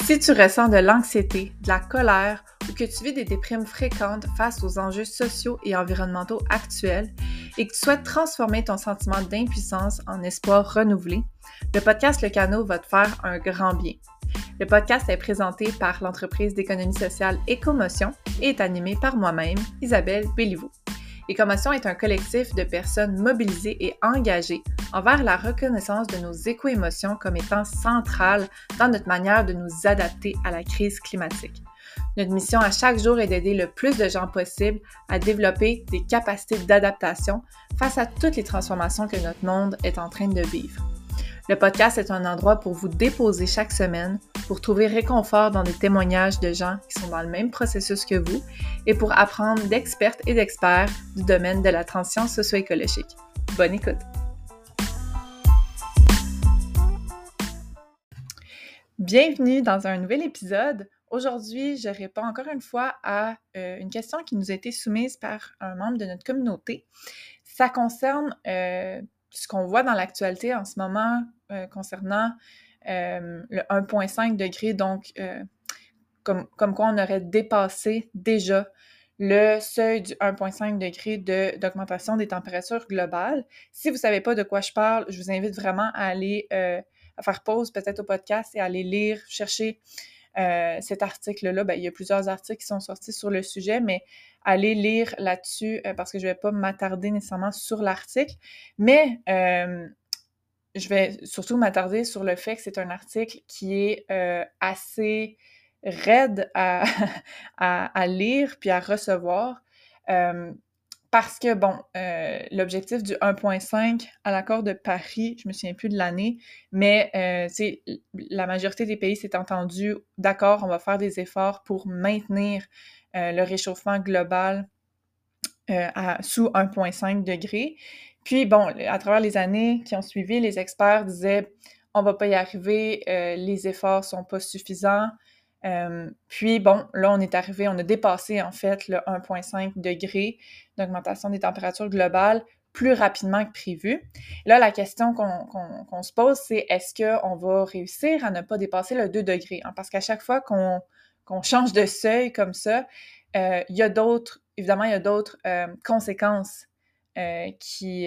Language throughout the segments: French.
Si tu ressens de l'anxiété, de la colère ou que tu vis des déprimes fréquentes face aux enjeux sociaux et environnementaux actuels et que tu souhaites transformer ton sentiment d'impuissance en espoir renouvelé, le podcast Le Canot va te faire un grand bien. Le podcast est présenté par l'entreprise d'économie sociale Écomotion et est animé par moi-même, Isabelle Béliveau. Écomotion est un collectif de personnes mobilisées et engagées envers la reconnaissance de nos éco-émotions comme étant centrales dans notre manière de nous adapter à la crise climatique. Notre mission à chaque jour est d'aider le plus de gens possible à développer des capacités d'adaptation face à toutes les transformations que notre monde est en train de vivre. Le podcast est un endroit pour vous déposer chaque semaine, pour trouver réconfort dans des témoignages de gens qui sont dans le même processus que vous et pour apprendre d'expertes et d'experts du domaine de la transition socio-écologique. Bonne écoute! Bienvenue dans un nouvel épisode. Aujourd'hui, je réponds encore une fois à une question qui nous a été soumise par un membre de notre communauté. Ça concerne ce qu'on voit dans l'actualité en ce moment concernant le 1,5 degré, donc comme quoi on aurait dépassé déjà le seuil du 1,5 degré d'augmentation des températures globales. Si vous ne savez pas de quoi je parle, je vous invite vraiment à aller à faire pause peut-être au podcast et à aller lire, chercher cet article-là. Il y a plusieurs articles qui sont sortis sur le sujet, mais allez lire là-dessus parce que je ne vais pas m'attarder nécessairement sur l'article, mais je vais surtout m'attarder sur le fait que c'est un article qui est assez raide à lire puis à recevoir parce que, l'objectif du 1,5 à l'accord de Paris, je me souviens plus de l'année, mais la majorité des pays s'est entendu, d'accord, on va faire des efforts pour maintenir le réchauffement global sous 1,5 degré. Puis, à travers les années qui ont suivi, les experts disaient « on va pas y arriver, les efforts sont pas suffisants ». Puis, là, on est arrivé, on a dépassé, en fait, le 1,5 degré d'augmentation des températures globales plus rapidement que prévu. Là, la question qu'on se pose, c'est est-ce qu'on va réussir à ne pas dépasser le 2 degrés? Hein? Parce qu'à chaque fois qu'on change de seuil comme ça, il y a d'autres conséquences qui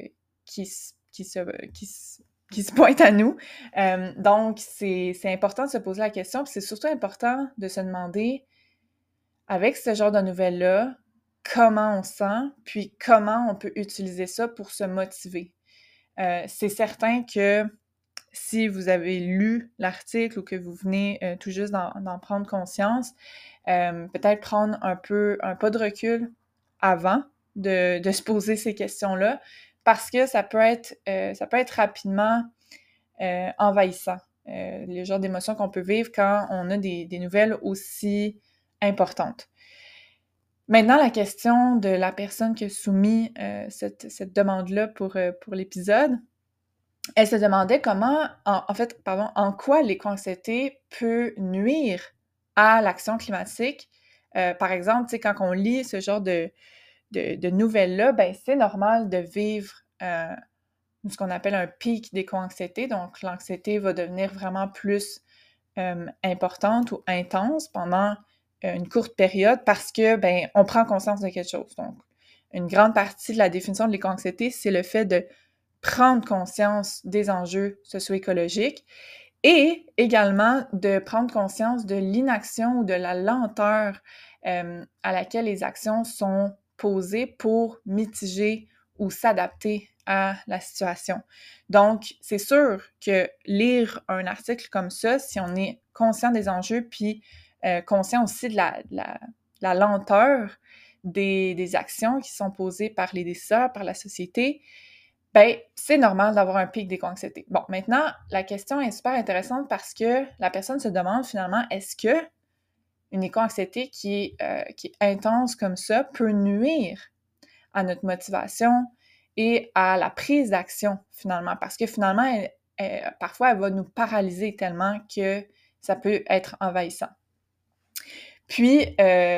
se pointent à nous. Donc, c'est important de se poser la question, puis c'est surtout important de se demander, avec ce genre de nouvelles-là, comment on se sent, puis comment on peut utiliser ça pour se motiver. C'est certain que si vous avez lu l'article ou que vous venez tout juste d'en prendre conscience, peut-être prendre un pas de recul avant de se poser ces questions-là, parce que ça peut être rapidement envahissant, le genre d'émotions qu'on peut vivre quand on a des nouvelles aussi importantes. Maintenant, la question de la personne qui a soumis cette demande-là pour l'épisode, elle se demandait en quoi l'éco-anxiété peut nuire à l'action climatique. Par exemple, quand on lit ce genre de nouvelles-là, c'est normal de vivre ce qu'on appelle un pic d'éco-anxiété. Donc, l'anxiété va devenir vraiment plus importante ou intense pendant une courte période parce que, on prend conscience de quelque chose. Donc, une grande partie de la définition de l'éco-anxiété, c'est le fait de prendre conscience des enjeux socio-écologiques et également de prendre conscience de l'inaction ou de la lenteur à laquelle les actions sont posées pour mitiger ou s'adapter à la situation. Donc, c'est sûr que lire un article comme ça, si on est conscient des enjeux, puis conscient aussi de la lenteur des actions qui sont posées par les décideurs, par la société, c'est normal d'avoir un pic d'éco-anxiété. Bon, maintenant, la question est super intéressante parce que la personne se demande finalement, est-ce que une éco-anxiété qui est intense comme ça peut nuire à notre motivation et à la prise d'action, finalement? Parce que finalement, parfois, elle va nous paralyser tellement que ça peut être envahissant. Puis,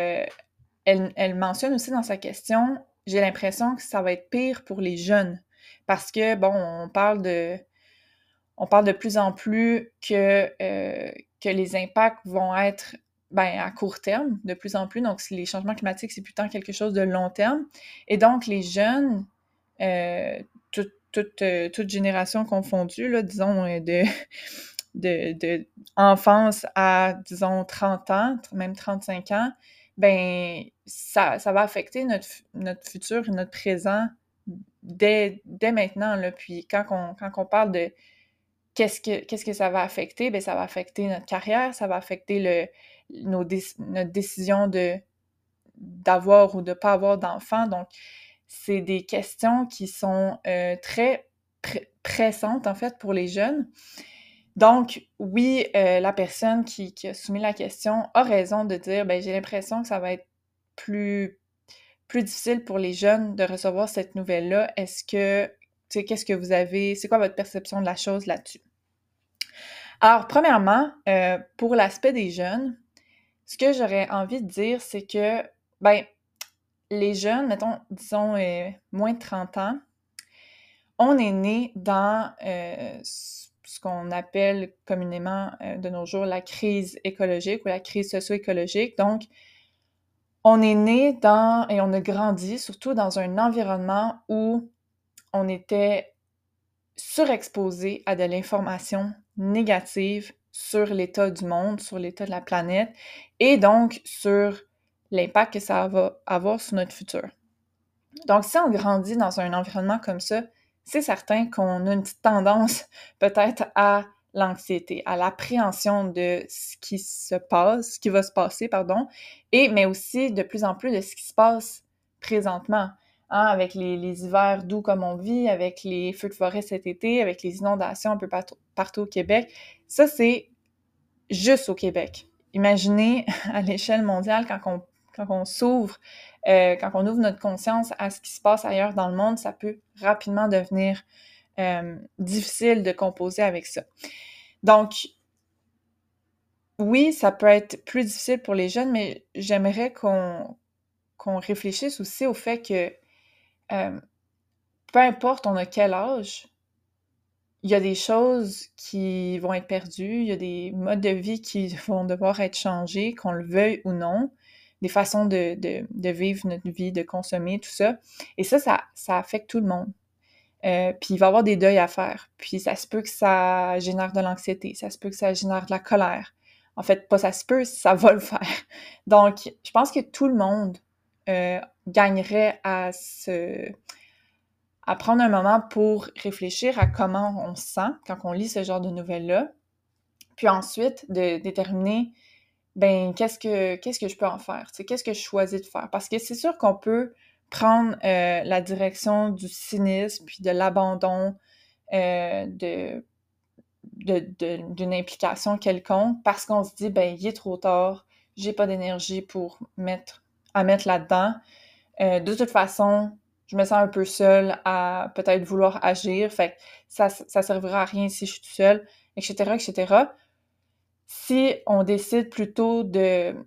elle mentionne aussi dans sa question, j'ai l'impression que ça va être pire pour les jeunes. Parce que, on parle de plus en plus que que les impacts vont être à court terme, de plus en plus. Donc, les changements climatiques, c'est plutôt quelque chose de long terme. Et donc, les jeunes, toute génération confondue, là, disons, de enfance à, disons, 30 ans, même 35 ans, ça va affecter notre futur et notre présent dès maintenant, là. Puis quand on parle de qu'est-ce que ça va affecter, ça va affecter notre carrière, ça va affecter notre décision d'avoir ou de pas avoir d'enfants. Donc, c'est des questions qui sont très pressantes, en fait, pour les jeunes. Donc, oui, la personne qui a soumis la question a raison de dire, j'ai l'impression que ça va être plus difficile pour les jeunes de recevoir cette nouvelle-là. Est-ce que, tu sais, qu'est-ce que vous avez, c'est quoi votre perception de la chose là-dessus? Alors, premièrement, pour l'aspect des jeunes, ce que j'aurais envie de dire, c'est que, les jeunes, mettons, disons, moins de 30 ans, on est né dans ce qu'on appelle communément de nos jours la crise écologique ou la crise socio-écologique. Donc, on est né et on a grandi surtout dans un environnement où on était surexposé à de l'information négative sur l'état du monde, sur l'état de la planète, et donc sur l'impact que ça va avoir sur notre futur. Donc, si on grandit dans un environnement comme ça, c'est certain qu'on a une petite tendance peut-être à l'anxiété, à l'appréhension de ce qui va se passer, mais aussi de plus en plus de ce qui se passe présentement, avec les hivers doux comme on vit, avec les feux de forêt cet été, avec les inondations un peu partout au Québec. Ça, c'est juste au Québec. Imaginez à l'échelle mondiale quand on s'ouvre, quand on ouvre notre conscience à ce qui se passe ailleurs dans le monde, ça peut rapidement devenir difficile de composer avec ça. Donc, oui, ça peut être plus difficile pour les jeunes, mais j'aimerais qu'on réfléchisse aussi au fait que peu importe on a quel âge, il y a des choses qui vont être perdues, il y a des modes de vie qui vont devoir être changés, qu'on le veuille ou non, des façons de vivre notre vie, de consommer, tout ça. Et ça affecte tout le monde. Puis il va y avoir des deuils à faire. Puis ça se peut que ça génère de l'anxiété, ça se peut que ça génère de la colère. En fait, pas ça se peut, ça va le faire. Donc, je pense que tout le monde gagnerait à prendre un moment pour réfléchir à comment on se sent quand on lit ce genre de nouvelles-là, puis ensuite de déterminer, qu'est-ce que je peux en faire? Tu sais, qu'est-ce que je choisis de faire? Parce que c'est sûr qu'on peut prendre la direction du cynisme, puis de l'abandon, d'une implication quelconque, parce qu'on se dit, il est trop tard, j'ai pas d'énergie pour mettre là-dedans. De toute façon, je me sens un peu seule à peut-être vouloir agir, fait que ça servira à rien si je suis toute seule, etc., etc. Si on décide plutôt de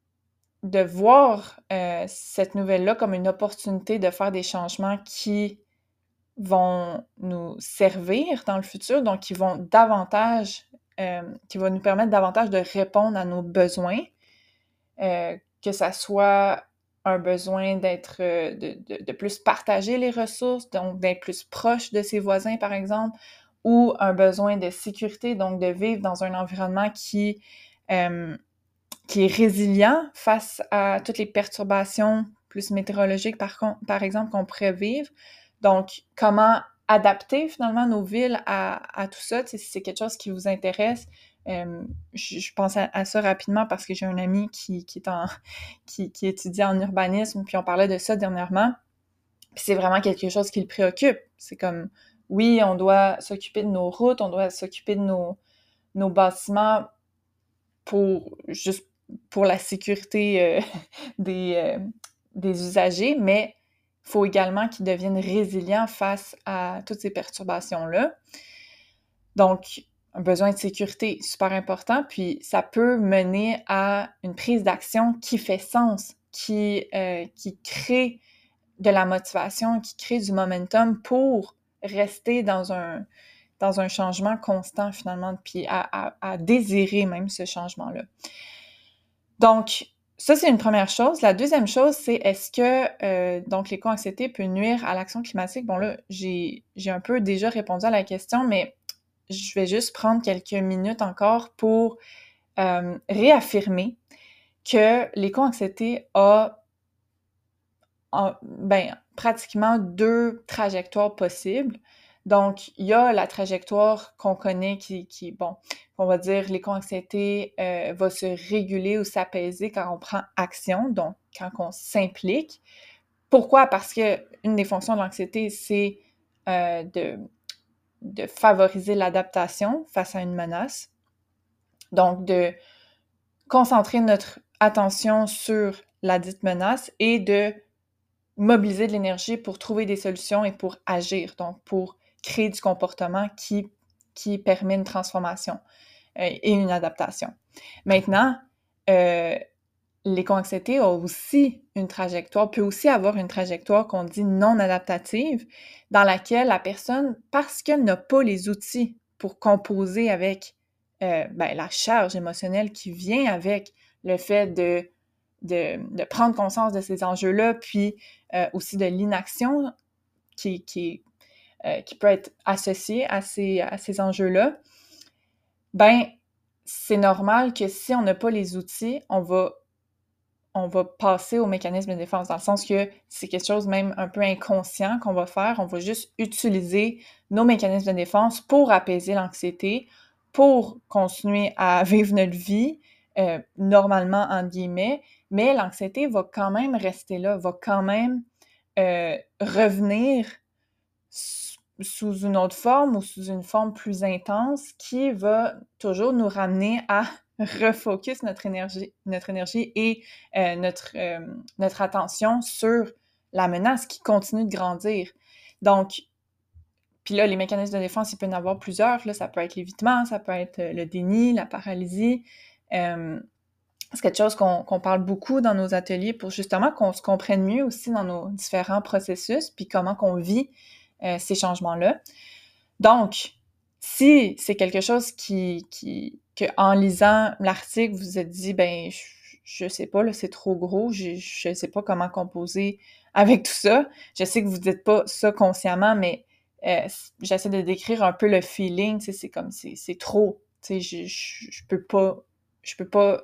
voir cette nouvelle-là comme une opportunité de faire des changements qui vont nous servir dans le futur, donc qui vont qui vont nous permettre davantage de répondre à nos besoins, que ça soit un besoin d'être, de plus partager les ressources, donc d'être plus proche de ses voisins, par exemple, ou un besoin de sécurité, donc de vivre dans un environnement qui est résilient face à toutes les perturbations plus météorologiques, par exemple, qu'on pourrait vivre. Donc, comment adapter finalement nos villes à tout ça, si c'est quelque chose qui vous intéresse. Je pense à ça rapidement parce que j'ai un ami qui étudie en urbanisme, puis on parlait de ça dernièrement. Puis c'est vraiment quelque chose qui le préoccupe. C'est comme, oui, on doit s'occuper de nos routes, on doit s'occuper de nos bâtiments juste pour la sécurité des usagers, mais il faut également qu'ils deviennent résilients face à toutes ces perturbations-là. Donc, un besoin de sécurité super important, puis ça peut mener à une prise d'action qui fait sens, qui crée de la motivation, qui crée du momentum pour rester dans dans un changement constant finalement, puis à désirer même ce changement-là. Donc, ça, c'est une première chose. La deuxième chose, c'est est-ce que donc l'éco-anxiété peut nuire à l'action climatique? Bon là, j'ai un peu déjà répondu à la question, mais je vais juste prendre quelques minutes encore pour réaffirmer que l'éco-anxiété a pratiquement deux trajectoires possibles. Donc, il y a la trajectoire qu'on connaît bon, on va dire l'éco-anxiété va se réguler ou s'apaiser quand on prend action, donc quand on s'implique. Pourquoi? Parce que une des fonctions de l'anxiété, c'est de favoriser l'adaptation face à une menace. Donc, de concentrer notre attention sur la dite menace et de mobiliser de l'énergie pour trouver des solutions et pour agir, donc pour créer du comportement qui permet une transformation et une adaptation. Maintenant, l'éco-anxiété a aussi une trajectoire, peut aussi avoir une trajectoire qu'on dit non adaptative, dans laquelle la personne, parce qu'elle n'a pas les outils pour composer avec la charge émotionnelle qui vient avec le fait de prendre conscience de ces enjeux-là, puis aussi de l'inaction qui peut être associée à ces enjeux-là, ben c'est normal que si on n'a pas les outils, on va passer au mécanisme de défense, dans le sens que c'est quelque chose même un peu inconscient qu'on va faire. On va juste utiliser nos mécanismes de défense pour apaiser l'anxiété, pour continuer à vivre notre vie normalement, entre guillemets, mais l'anxiété va quand même rester là, va quand même revenir sous une autre forme ou sous une forme plus intense qui va toujours nous ramener à refocus notre énergie et notre attention sur la menace qui continue de grandir. Donc, puis là, les mécanismes de défense, il peut y en avoir plusieurs. Là, ça peut être l'évitement, ça peut être le déni, la paralysie. C'est quelque chose qu'on parle beaucoup dans nos ateliers pour justement qu'on se comprenne mieux aussi dans nos différents processus, puis comment qu'on vit ces changements-là. Donc, si c'est quelque chose que en lisant l'article, vous vous êtes dit, ben, je sais pas, là, c'est trop gros, je sais pas comment composer avec tout ça. Je sais que vous dites pas ça consciemment, mais j'essaie de décrire un peu le feeling, tu sais, c'est comme, c'est trop, tu sais, je peux pas, je peux pas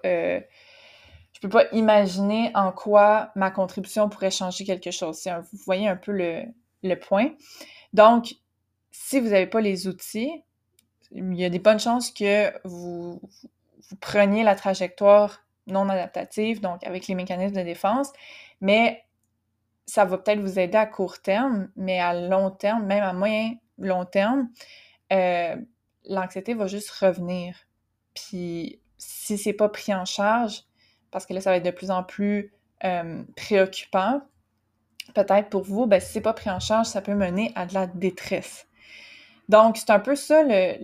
imaginer en quoi ma contribution pourrait changer quelque chose. Vous voyez un peu le point. Donc, si vous n'avez pas les outils, il y a des bonnes chances que vous preniez la trajectoire non adaptative, donc avec les mécanismes de défense, mais ça va peut-être vous aider à court terme, mais à long terme, même à moyen long terme, l'anxiété va juste revenir. Puis si c'est pas pris en charge, parce que là, ça va être de plus en plus préoccupant, peut-être pour vous, ben, si c'est pas pris en charge, ça peut mener à de la détresse. Donc, c'est un peu ça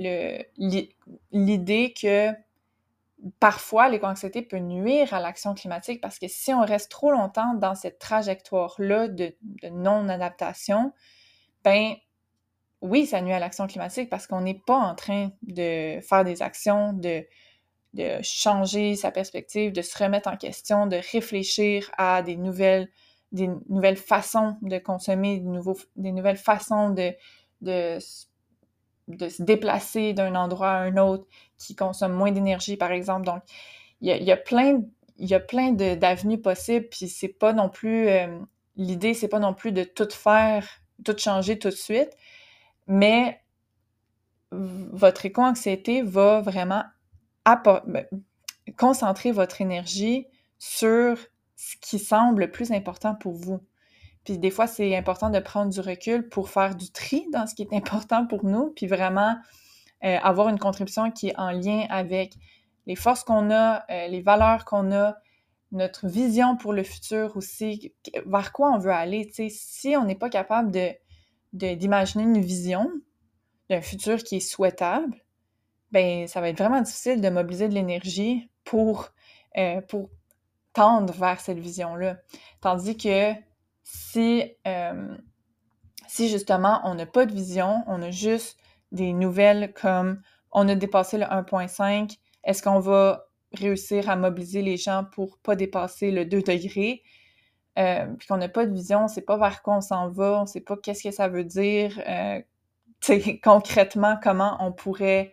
l'idée que parfois, l'éco-anxiété peut nuire à l'action climatique parce que si on reste trop longtemps dans cette trajectoire-là de non-adaptation, ben oui, ça nuit à l'action climatique parce qu'on n'est pas en train de faire des actions, de changer sa perspective, de se remettre en question, de réfléchir à des nouvelles façons de consommer, des nouvelles façons de se déplacer d'un endroit à un autre qui consomme moins d'énergie, par exemple. Donc, il y a plein d'avenues possibles, puis c'est pas non plus... l'idée, c'est pas non plus de tout faire, tout changer tout de suite, mais votre éco-anxiété va vraiment concentrer votre énergie sur ce qui semble le plus important pour vous. Puis des fois, c'est important de prendre du recul pour faire du tri dans ce qui est important pour nous, puis vraiment avoir une contribution qui est en lien avec les forces qu'on a, les valeurs qu'on a, notre vision pour le futur aussi, vers quoi on veut aller. Tu sais, si on n'est pas capable d'imaginer une vision d'un futur qui est souhaitable, ben ça va être vraiment difficile de mobiliser de l'énergie pour tendre vers cette vision-là. Tandis que si justement on n'a pas de vision, on a juste des nouvelles comme on a dépassé le 1,5, est-ce qu'on va réussir à mobiliser les gens pour pas dépasser le 2 degrés, puis qu'on n'a pas de vision, on sait pas vers quoi on s'en va, on sait pas qu'est-ce que ça veut dire, concrètement comment on pourrait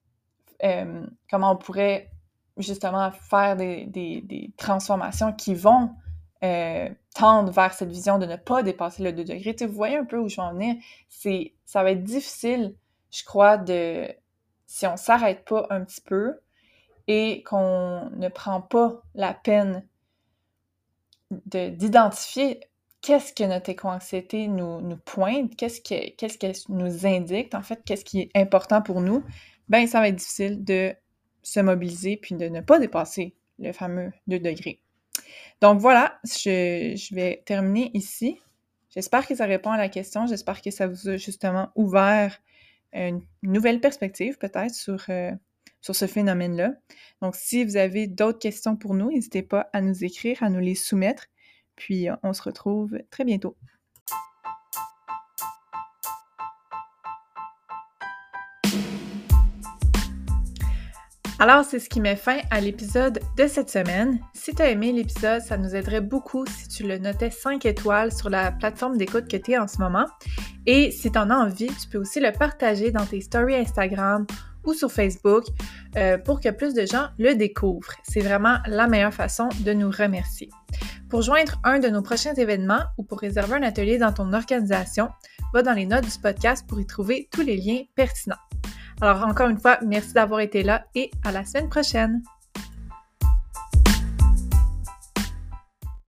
justement faire des transformations qui vont tendre vers cette vision de ne pas dépasser le 2 degrés. Vous voyez un peu où je vais en venir. Ça va être difficile, je crois, si on s'arrête pas un petit peu et qu'on ne prend pas la peine d'identifier qu'est-ce que notre éco-anxiété nous pointe, qu'est-ce qu'elle nous indique, en fait, qu'est-ce qui est important pour nous, ben ça va être difficile de se mobiliser puis de ne pas dépasser le fameux 2 degrés. Donc voilà, je vais terminer ici. J'espère que ça répond à la question, j'espère que ça vous a justement ouvert une nouvelle perspective peut-être sur ce phénomène-là. Donc, si vous avez d'autres questions pour nous, n'hésitez pas à nous écrire, à nous les soumettre. Puis, on se retrouve très bientôt. Alors, c'est ce qui met fin à l'épisode de cette semaine. Si tu as aimé l'épisode, ça nous aiderait beaucoup si tu le notais 5 étoiles sur la plateforme d'écoute que tu es en ce moment. Et si tu en as envie, tu peux aussi le partager dans tes stories Instagram ou sur Facebook pour que plus de gens le découvrent. C'est vraiment la meilleure façon de nous remercier. Pour joindre un de nos prochains événements ou pour réserver un atelier dans ton organisation, va dans les notes du podcast pour y trouver tous les liens pertinents. Alors encore une fois, merci d'avoir été là et à la semaine prochaine!